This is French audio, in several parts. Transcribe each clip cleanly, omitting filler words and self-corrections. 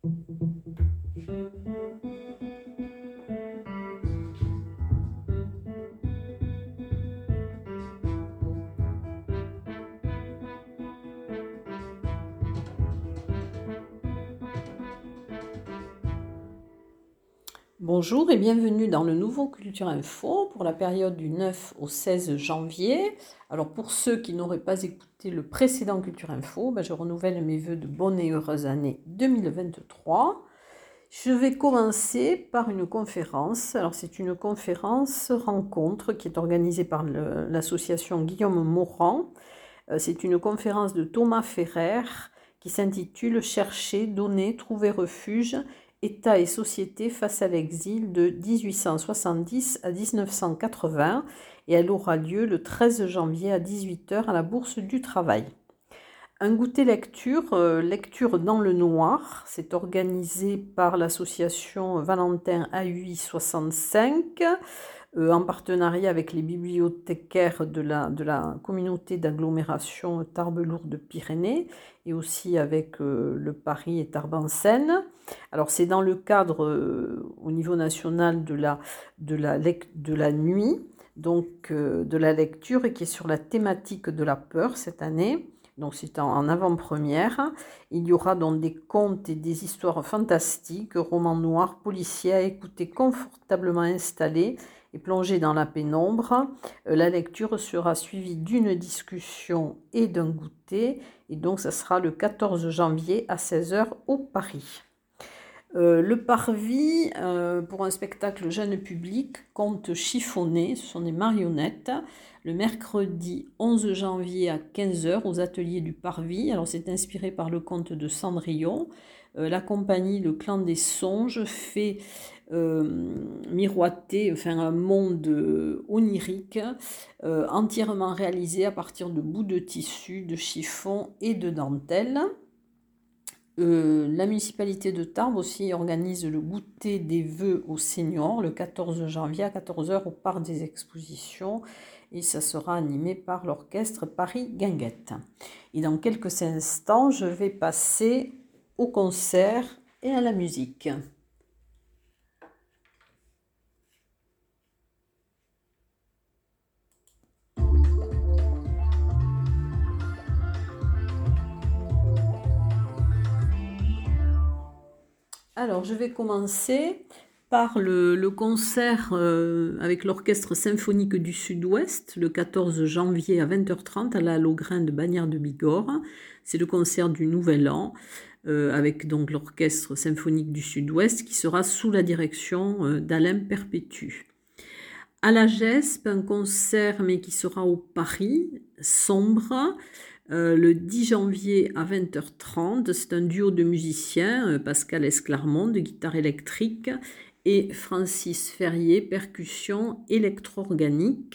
Bonjour et bienvenue dans le nouveau Culture Info pour la période du 9 au 16 janvier. Alors pour ceux qui n'auraient pas écouté le précédent Culture Info, je renouvelle mes vœux de bonne et heureuse année 2023. Je vais commencer par une conférence. Alors c'est une conférence rencontre qui est organisée par l'association Guillaume Morand. C'est une conférence de Thomas Ferrer qui s'intitule « Chercher, donner, trouver refuge ». État et société face à l'exil de 1870 à 1980 et elle aura lieu le 13 janvier à 18h à la Bourse du Travail. Un goûter lecture, lecture dans le noir, c'est organisé par l'association Valentin AUI 65 en partenariat avec les bibliothécaires de la communauté d'agglomération Tarbes-Lourdes-Pyrénées et aussi avec le Paris et Tarbes en Seine. Alors c'est dans le cadre au niveau national de la nuit, donc de la lecture et qui est sur la thématique de la peur cette année. Donc c'est en avant-première. Il y aura donc des contes et des histoires fantastiques, romans noirs, policiers à écouter confortablement installés et plongés dans la pénombre. La lecture sera suivie d'une discussion et d'un goûter. Et donc ça sera le 14 janvier à 16h au Paris. Le Parvis, pour un spectacle jeune public, conte chiffonné, ce sont des marionnettes, le mercredi 11 janvier à 15h aux ateliers du Parvis. Alors c'est inspiré par le conte de Cendrillon. La compagnie Le Clan des Songes fait miroiter un monde onirique entièrement réalisé à partir de bouts de tissu, de chiffon et de dentelle. La municipalité de Tarbes aussi organise le goûter des vœux aux seniors le 14 janvier à 14h au parc des expositions et ça sera animé par l'orchestre Paris Guinguette. Et dans quelques instants, je vais passer au concert et à la musique. Alors, je vais commencer par le concert avec l'Orchestre symphonique du Sud-Ouest, le 14 janvier à 20h30 à la Logrin de Bagnères de Bigorre. C'est le concert du Nouvel An, avec donc l'Orchestre symphonique du Sud-Ouest qui sera sous la direction d'Alain Perpétue. À la GESP, un concert mais qui sera au Paris, sombre, le 10 janvier à 20h30, c'est un duo de musiciens, Pascal Esclarmont de guitare électrique et Francis Ferrier, percussion électro-organique.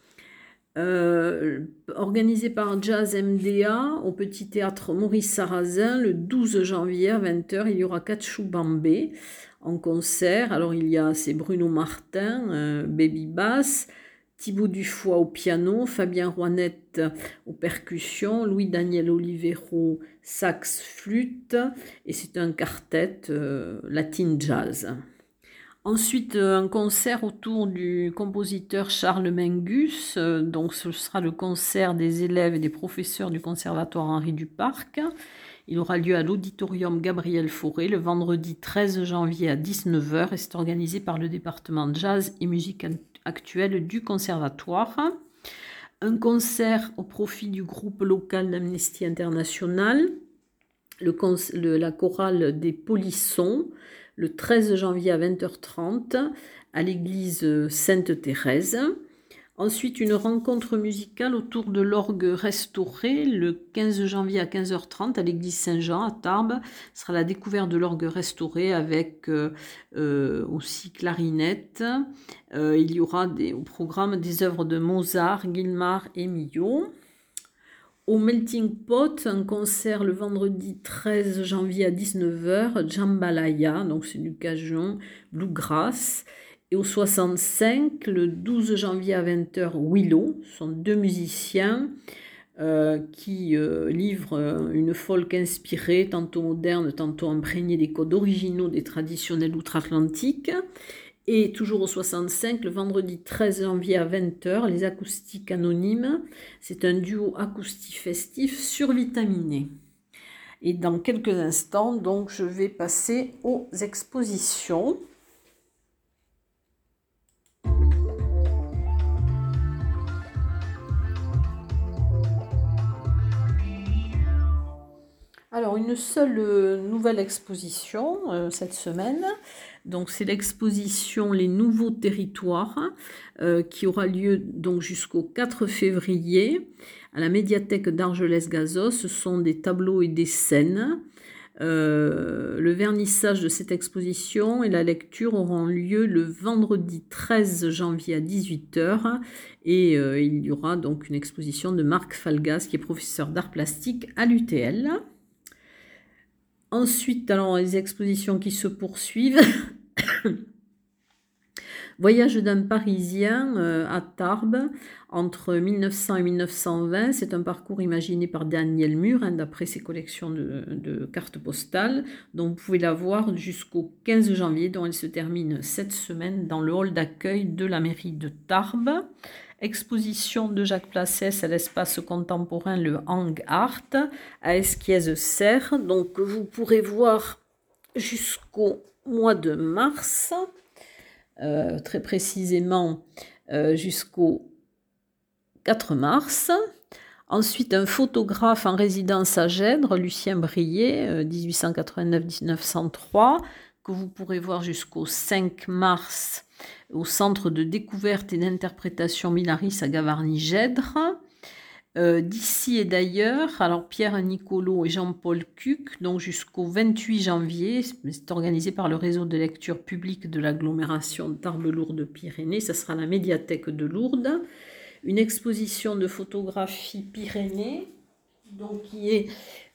Organisé par Jazz MDA au Petit Théâtre Maurice Sarrazin le 12 janvier à 20h, il y aura Kachou Bambé en concert. Alors c'est Bruno Martin, baby bass, Thibaut Dufoy au piano, Fabien Rouanette aux percussions, Louis-Daniel Olivero sax flûte et c'est un quartet latin jazz. Ensuite, un concert autour du compositeur Charles Mingus. Donc, ce sera le concert des élèves et des professeurs du Conservatoire Henri Duparc. Il aura lieu à l'Auditorium Gabriel Fauré le vendredi 13 janvier à 19h et c'est organisé par le département de jazz et musique actuelle du Conservatoire. Un concert au profit du groupe local d'Amnesty International, la chorale des Polissons, le 13 janvier à 20h30 à l'église Sainte-Thérèse. Ensuite, une rencontre musicale autour de l'orgue restauré le 15 janvier à 15h30 à l'église Saint-Jean à Tarbes. Ce sera la découverte de l'orgue restauré avec aussi clarinette. Il y aura au programme des œuvres de Mozart, Guilmard et Milhaud. Au Melting Pot, un concert le vendredi 13 janvier à 19h, Jambalaya, donc c'est du cajun, bluegrass. Et au 65, le 12 janvier à 20h, Willow, ce sont deux musiciens, qui livre une folk inspirée, tantôt moderne, tantôt imprégnée des codes originaux des traditionnels outre-Atlantique. Et toujours au 65, le vendredi 13 janvier à 20h, les Acoustiques Anonymes. C'est un duo acoustique festif survitaminé. Et dans quelques instants, donc, je vais passer aux expositions. Alors, une seule nouvelle exposition cette semaine. Donc, c'est l'exposition Les Nouveaux Territoires qui aura lieu donc jusqu'au 4 février à la médiathèque d'Argelès-Gazost. Ce sont des tableaux et des scènes. Le vernissage de cette exposition et la lecture auront lieu le vendredi 13 janvier à 18h et il y aura donc une exposition de Marc Falgas qui est professeur d'art plastique à l'UTL. Ensuite, alors, les expositions qui se poursuivent. Voyage d'un Parisien à Tarbes entre 1900 et 1920. C'est un parcours imaginé par Daniel Mur d'après ses collections de cartes postales. Donc vous pouvez la voir jusqu'au 15 janvier, dont elle se termine cette semaine dans le hall d'accueil de la mairie de Tarbes. Exposition de Jacques Placès à l'espace contemporain, le Hang Art, à Esquiez-Serres. Donc vous pourrez voir jusqu'au mois de mars, très précisément jusqu'au 4 mars. Ensuite, un photographe en résidence à Gênes, Lucien Brier, 1889-1903, que vous pourrez voir jusqu'au 5 mars au Centre de découverte et d'interprétation Minaris à Gavarnie-Gèdre. D'ici et d'ailleurs, alors Pierre Nicolo et Jean-Paul Cuc, donc jusqu'au 28 janvier, c'est organisé par le réseau de lecture publique de l'agglomération Tarbes-Lourdes-Pyrénées, ça sera à la médiathèque de Lourdes. Une exposition de photographie Pyrénées, donc qui est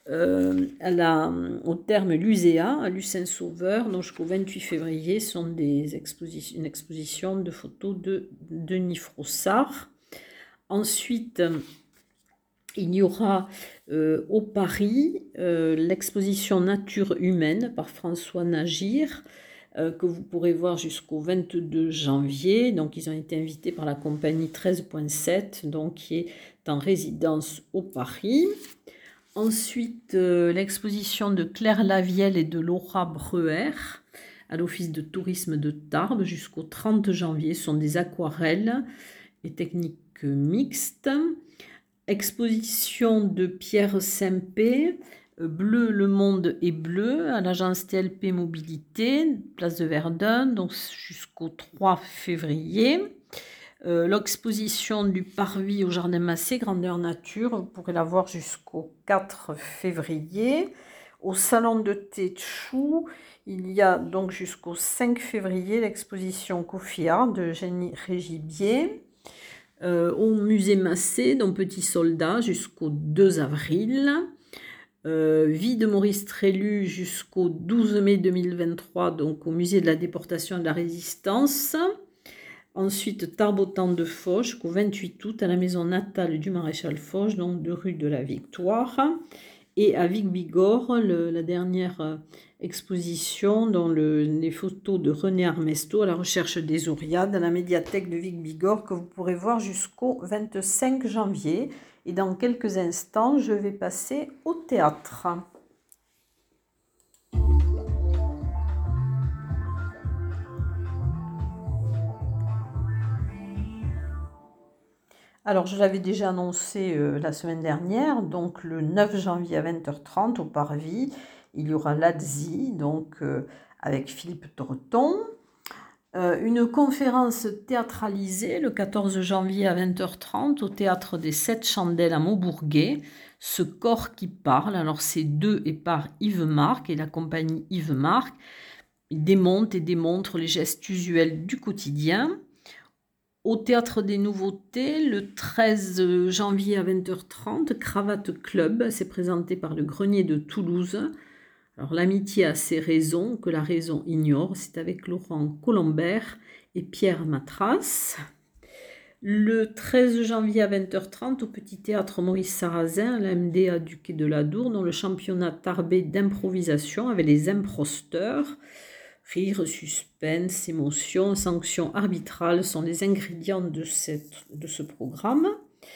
au terme Luséa, à Lucin-Sauveur, donc jusqu'au 28 février, sont une exposition de photos de Denis Frossard. Ensuite, il y aura au Paris l'exposition Nature humaine par François Nagir, que vous pourrez voir jusqu'au 22 janvier. Donc, ils ont été invités par la compagnie 13.7, donc qui est en résidence au Paris. Ensuite, l'exposition de Claire Lavielle et de Laura Breuer à l'Office de tourisme de Tarbes jusqu'au 30 janvier. Ce sont des aquarelles et techniques mixtes. Exposition de Pierre Sempé, Bleu, le monde est bleu, à l'agence TLP Mobilité, place de Verdun, donc jusqu'au 3 février. L'exposition du Parvis au Jardin Massé, grandeur nature, vous pourrez la voir jusqu'au 4 février. Au Salon de thé de Chou, il y a donc jusqu'au 5 février l'exposition Kofia de Jenny Régibier. Au musée Massé, donc Petit Soldat, jusqu'au 2 avril. Vie de Maurice Trélu jusqu'au 12 mai 2023, donc au musée de la déportation et de la résistance. Ensuite, Tarbes au temps de Foch jusqu'au 28 août à la maison natale du maréchal Foch, donc de rue de la Victoire. Et à Vic-Bigorre, la dernière exposition dans les photos de René Armesto à la recherche des Ouriades à la médiathèque de Vic-Bigorre que vous pourrez voir jusqu'au 25 janvier. Et dans quelques instants, je vais passer au théâtre. Alors, je l'avais déjà annoncé la semaine dernière, donc le 9 janvier à 20h30 au Parvis, il y aura l'ADZI, donc avec Philippe Torreton. Une conférence théâtralisée le 14 janvier à 20h30 au Théâtre des Sept Chandelles à Maubourguet, Ce corps qui parle. Alors, c'est de et par Yves Marc et la compagnie Yves Marc. Il démonte et démontre les gestes usuels du quotidien. Au Théâtre des Nouveautés, le 13 janvier à 20h30, Cravate Club, c'est présenté par le Grenier de Toulouse. Alors, l'amitié a ses raisons que la raison ignore. C'est avec Laurent Colombert et Pierre Matras. Le 13 janvier à 20h30 au Petit Théâtre Maurice Sarrazin, à la MDA du Quai de la Dour, dans le championnat Tarbé d'improvisation avec les improsteurs. Rire, suspense, émotion, sanctions arbitrales sont les ingrédients de ce programme.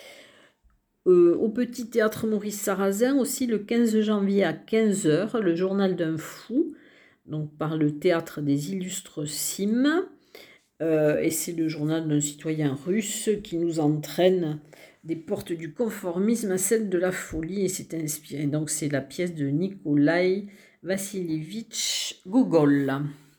Au Petit Théâtre Maurice Sarrazin aussi le 15 janvier à 15h, le journal d'un fou, donc par le Théâtre des Illustres Cimes. Et c'est le journal d'un citoyen russe qui nous entraîne des portes du conformisme à celles de la folie, et c'est inspiré. Donc c'est la pièce de Nikolai Vassilievitch Gogol.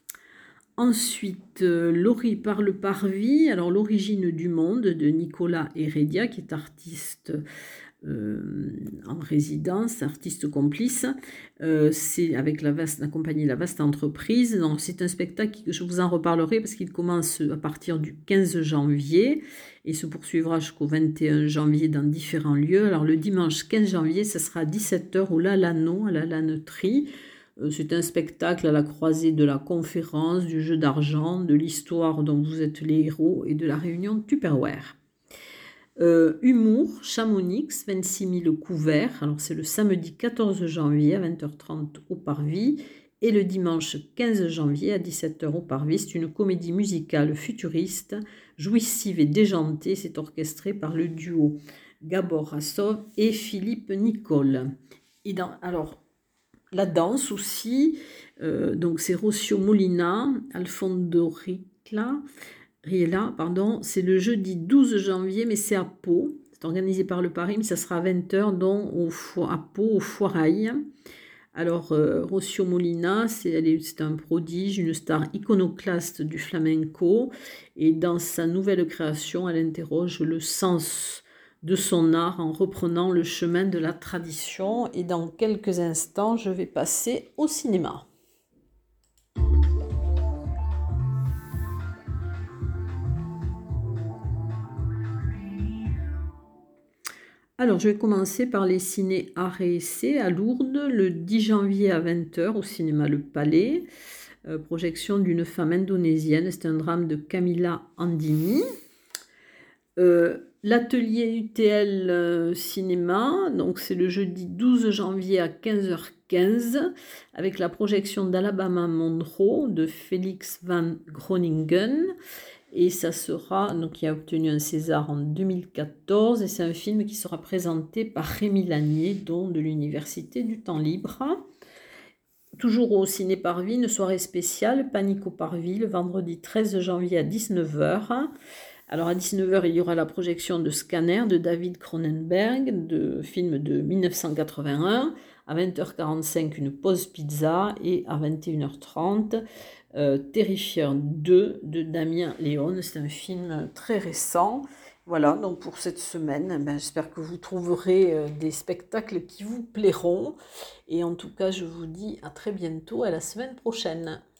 Ensuite, Laurie par le parvis, alors l'origine du monde de Nicolas Heredia, qui est artiste en résidence, artiste complice. C'est avec la compagnie La Vaste Entreprise. Donc, c'est un spectacle que je vous en reparlerai parce qu'il commence à partir du 15 janvier et se poursuivra jusqu'au 21 janvier dans différents lieux. Alors le dimanche 15 janvier, ce sera à 17h au Lalano, à la Lanneterie. C'est un spectacle à la croisée de la conférence, du jeu d'argent, de l'histoire dont vous êtes les héros et de la réunion Tupperware. Humour, Chamonix, 26 000 couverts. Alors c'est le samedi 14 janvier à 20h30 au Parvis et le dimanche 15 janvier à 17h au Parvis. C'est une comédie musicale futuriste, jouissive et déjantée. C'est orchestré par le duo Gabor Rassov et Philippe Nicole. Et alors, la danse aussi, donc c'est Rocio Molina, Alfondo Riella, c'est le jeudi 12 janvier, mais c'est à Pau. C'est organisé par le Paris, mais ça sera à 20h, donc à Pau, au Foirail. Alors, Rocio Molina, c'est un prodige, une star iconoclaste du flamenco. Et dans sa nouvelle création, elle interroge le sens de son art en reprenant le chemin de la tradition. Et dans quelques instants, je vais passer au cinéma. Alors, je vais commencer par les ciné Art et Essai à Lourdes, le 10 janvier à 20h au cinéma Le Palais. Projection d'une femme indonésienne, c'est un drame de Camilla Andini. L'atelier UTL Cinéma, donc c'est le jeudi 12 janvier à 15h15 avec la projection d'Alabama Monroe de Félix van Groningen. Et ça sera, donc qui a obtenu un César en 2014, et c'est un film qui sera présenté par Rémi Lanier, dont de l'Université du Temps Libre. Toujours au Ciné Parvis, une soirée spéciale, Panique au Parvis, le vendredi 13 janvier à 19h. Alors à 19h, il y aura la projection de Scanner de David Cronenberg, de film de 1981. À 20h45, une pause pizza, et à 21h30, Terrifier 2 de Damien Léon. C'est un film très récent. Voilà, donc pour cette semaine, j'espère que vous trouverez des spectacles qui vous plairont. Et en tout cas, je vous dis à très bientôt, à la semaine prochaine.